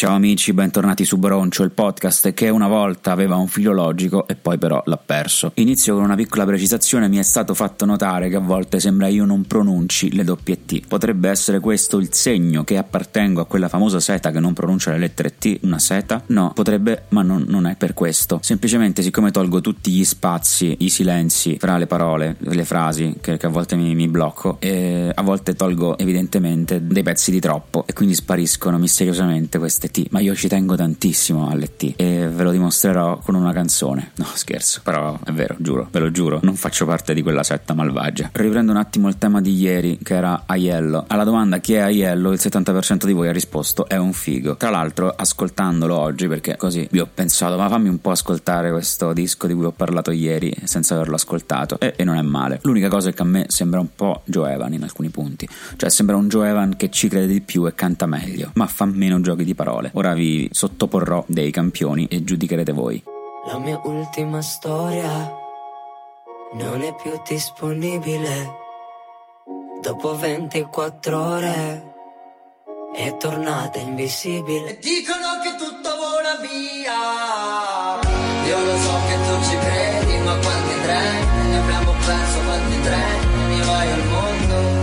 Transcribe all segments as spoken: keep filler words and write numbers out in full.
Ciao amici, bentornati su Broncio, il podcast che una volta aveva un filo logico e poi però l'ha perso. Inizio con una piccola precisazione: mi è stato fatto notare che a volte sembra io non pronunci le doppie T. Potrebbe essere questo il segno che appartengo a quella famosa seta che non pronuncia le lettere T, una seta? No, potrebbe, ma non, non è per questo. Semplicemente siccome tolgo tutti gli spazi, i silenzi fra le parole, le frasi, che, che a volte mi, mi blocco, e a volte tolgo evidentemente dei pezzi di troppo e quindi spariscono misteriosamente queste T, ma io ci tengo tantissimo alle T e ve lo dimostrerò con una canzone. No, scherzo, però è vero, giuro, ve lo giuro, non faccio parte di quella setta malvagia. Riprendo un attimo il tema di ieri, che era Aiello. Alla domanda chi è Aiello, il settanta per cento di voi ha risposto è un figo. Tra l'altro, ascoltandolo oggi, perché così vi ho pensato, ma fammi un po' ascoltare questo disco di cui ho parlato ieri senza averlo ascoltato, e, e non è male. L'unica cosa è che a me sembra un po' Joe Evan in alcuni punti, cioè sembra un Joe Evan che ci crede di più e canta meglio, ma fa meno giochi di parole. Ora vi sottoporrò dei campioni e giudicherete voi. La mia ultima storia non è più disponibile. Dopo ventiquattro ore è tornata invisibile. E dicono che tutto vola via. Io lo so che tu ci credi, ma quanti treni ne abbiamo perso, quanti treni ne vai al mondo.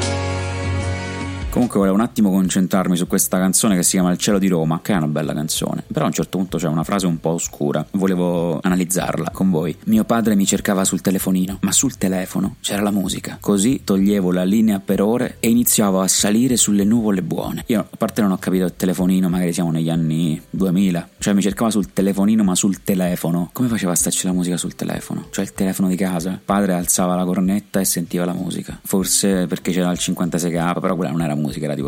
Comunque volevo un attimo concentrarmi su questa canzone che si chiama Il cielo di Roma, che è una bella canzone, però a un certo punto c'è una frase un po' oscura, volevo analizzarla con voi. Mio padre mi cercava sul telefonino, ma sul telefono c'era la musica, così toglievo la linea per ore e iniziavo a salire sulle nuvole buone. Io a parte non ho capito il telefonino, magari siamo negli anni duemila, cioè mi cercava sul telefonino ma sul telefono. Come faceva a starci la musica sul telefono? Cioè il telefono di casa? Padre alzava la cornetta e sentiva la musica, forse perché c'era il cinquantasei K, però quella non era musica, era tipo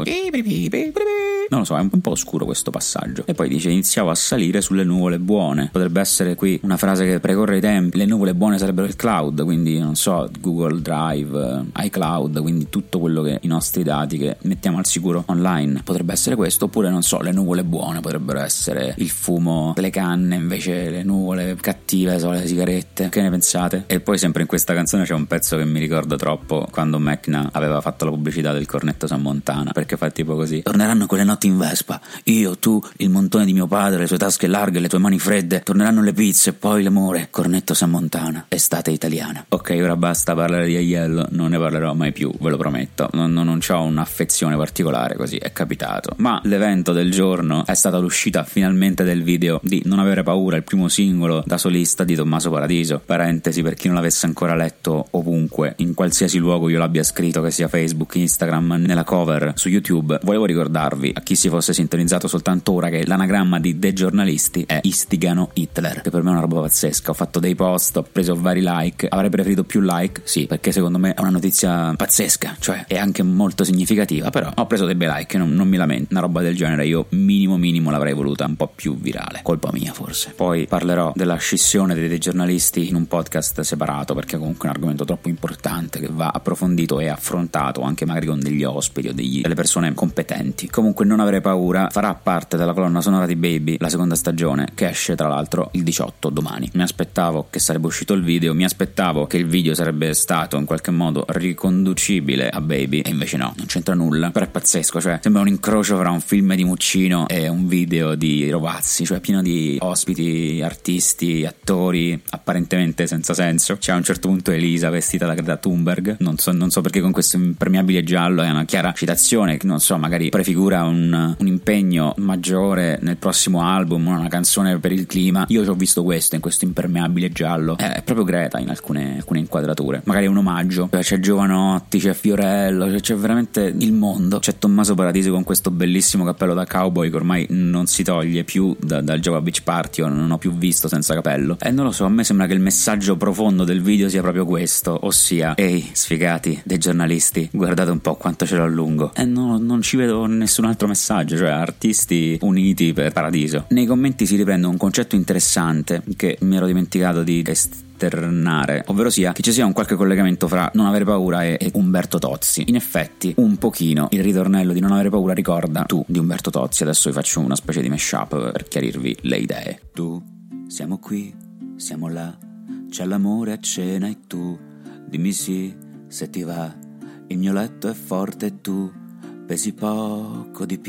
non lo so, è un po' oscuro questo passaggio. E poi dice iniziavo a salire sulle nuvole buone. Potrebbe essere qui una frase che precorre i tempi. Le nuvole buone sarebbero il cloud, quindi non so, Google Drive, iCloud, quindi tutto quello che i nostri dati che mettiamo al sicuro online. Potrebbe essere questo, oppure non so, le nuvole buone potrebbero essere il fumo delle canne, invece le nuvole cattive sono le sigarette. Che ne pensate? E poi sempre in questa canzone c'è un pezzo che mi ricorda troppo quando Mecna aveva fatto la pubblicità del cornetto San Montana, perché fa tipo così: torneranno quelle notti in Vespa, io, tu, il montone di mio padre, le sue tasche larghe, le tue mani fredde, torneranno le pizze, poi l'amore, cornetto San Montana, estate italiana. Ok, ora basta parlare di Aiello, non ne parlerò mai più, ve lo prometto, non, non, non c'ho un'affezione particolare, così è capitato. Ma l'evento del giorno è stata l'uscita finalmente del video di Non avere paura, il primo singolo da solista di Tommaso Paradiso. Parentesi per chi non l'avesse ancora letto, ovunque, in qualsiasi luogo io l'abbia scritto, che sia Facebook, Instagram, nella cover, su YouTube. Volevo ricordarvi, a chi si fosse sintonizzato soltanto ora, che l'anagramma di dei giornalisti è istigano Hitler, che per me è una roba pazzesca. Ho fatto dei post, ho preso vari like, avrei preferito più like, sì, perché secondo me è una notizia pazzesca, cioè è anche molto significativa, però ho preso dei bei like, non, non mi lamento. Una roba del genere io minimo minimo l'avrei voluta un po' più virale, colpa mia forse. Poi parlerò della scissione dei, dei giornalisti in un podcast separato, perché comunque è un argomento troppo importante che va approfondito e affrontato anche magari con degli ospiti o degli, delle persone competenti. Comunque Non avere paura farà parte della colonna sonora di Baby, la seconda stagione, che esce tra l'altro il diciotto, domani. Mi aspettavo che sarebbe uscito il video, mi aspettavo che il video sarebbe stato in qualche modo riconducibile a Baby, e invece no, non c'entra nulla. Però è pazzesco, cioè sembra un incrocio fra un film di Muccino e un video di Rovazzi, cioè pieno di ospiti, artisti, attori apparentemente senza senso. C'è a un certo punto Elisa vestita da Greta Thunberg, non so, non so perché con questo impermeabile giallo, è una chiara citazione, non so, magari prefigura un Un, un impegno maggiore nel prossimo album, una canzone per il clima. Io ci ho visto questo in questo impermeabile giallo, è proprio Greta in alcune, alcune inquadrature, magari un omaggio. C'è Giovanotti, c'è Fiorello, c'è, c'è veramente il mondo. C'è Tommaso Paradiso con questo bellissimo cappello da cowboy che ormai non si toglie più da, dal Java Beach Party, io non ho più visto senza capello, e non lo so, a me sembra che il messaggio profondo del video sia proprio questo, ossia: ehi sfigati dei giornalisti, guardate un po' quanto ce l'ho a lungo. E no, non ci vedo nessun altro messaggio, cioè artisti uniti per Paradiso. Nei commenti si riprende un concetto interessante che mi ero dimenticato di esternare, ovvero sia che ci sia un qualche collegamento fra Non avere paura e, e Umberto Tozzi. In effetti un pochino il ritornello di Non avere paura ricorda Tu di Umberto Tozzi. Adesso vi faccio una specie di mashup per chiarirvi le idee. Tu, siamo qui, siamo là, c'è l'amore a cena e tu dimmi sì se ti va, il mio letto è forte e tu pesi poco di più,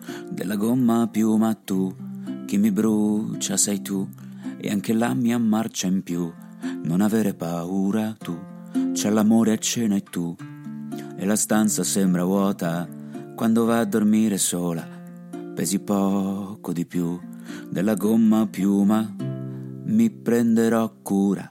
della gomma a piuma tu, chi mi brucia sei tu, e anche la mia marcia in più, non avere paura tu, c'è l'amore a cena e tu, e la stanza sembra vuota quando va a dormire sola, pesi poco di più, della gomma a piuma mi prenderò cura,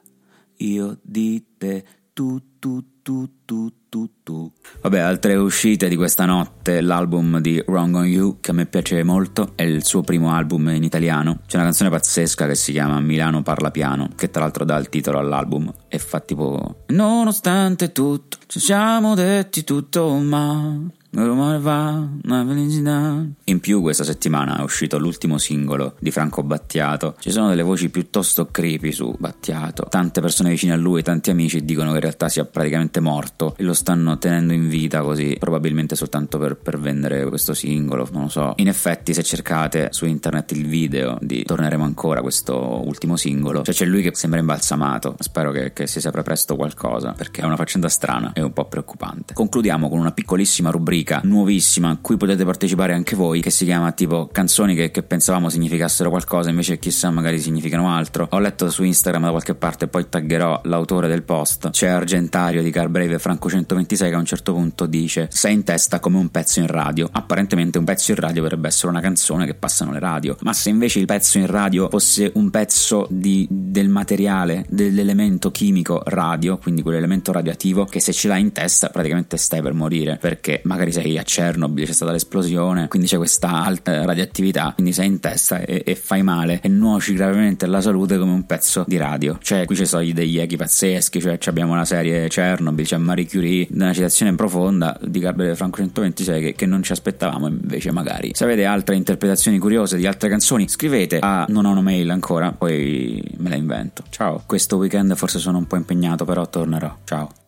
io di te, tu tu tu tu tu tu. Vabbè, altre uscite di questa notte, l'album di Wrong on You, che a me piace molto, è il suo primo album in italiano. C'è una canzone pazzesca che si chiama Milano parla piano, che tra l'altro dà il titolo all'album e fa tipo: nonostante tutto ci siamo detti tutto, ma come va la felicità. In più questa settimana è uscito l'ultimo singolo di Franco Battiato. Ci sono delle voci piuttosto creepy su Battiato, tante persone vicine a lui, tanti amici dicono che in realtà sia praticamente morto e lo stanno tenendo in vita così, probabilmente soltanto per, per vendere questo singolo, non lo so. In effetti, se cercate su internet il video di Torneremo ancora, questo ultimo singolo, cioè c'è lui che sembra imbalsamato. Spero che, che si saprà presto qualcosa, perché è una faccenda strana e un po' preoccupante. Concludiamo con una piccolissima rubrica nuovissima a cui potete partecipare anche voi, che si chiama tipo canzoni che, che pensavamo significassero qualcosa, invece chissà magari significano altro. Ho letto su Instagram da qualche parte, poi taggerò l'autore del post, c'è Argentario di Carbrave Franco centoventisei, che a un certo punto dice: sei in testa come un pezzo in radio. Apparentemente un pezzo in radio potrebbe essere una canzone che passano le radio, ma se invece il pezzo in radio fosse un pezzo di, del materiale, dell'elemento chimico radio, quindi quell'elemento radioattivo che se ce l'hai in testa praticamente stai per morire, perché magari sei a Chernobyl, c'è stata l'esplosione, quindi c'è questa alta radioattività, quindi sei in testa e, e fai male e nuoci gravemente alla salute come un pezzo di radio. Cioè qui ci sono degli echi pazzeschi, cioè abbiamo la serie Chernobyl, c'è Marie Curie, una citazione profonda di Gabriele Franco centoventisei che, che non ci aspettavamo invece. Magari se avete altre interpretazioni curiose di altre canzoni scrivete a, non ho una mail ancora, poi me la invento. Ciao, questo weekend forse sono un po' impegnato, però tornerò. Ciao.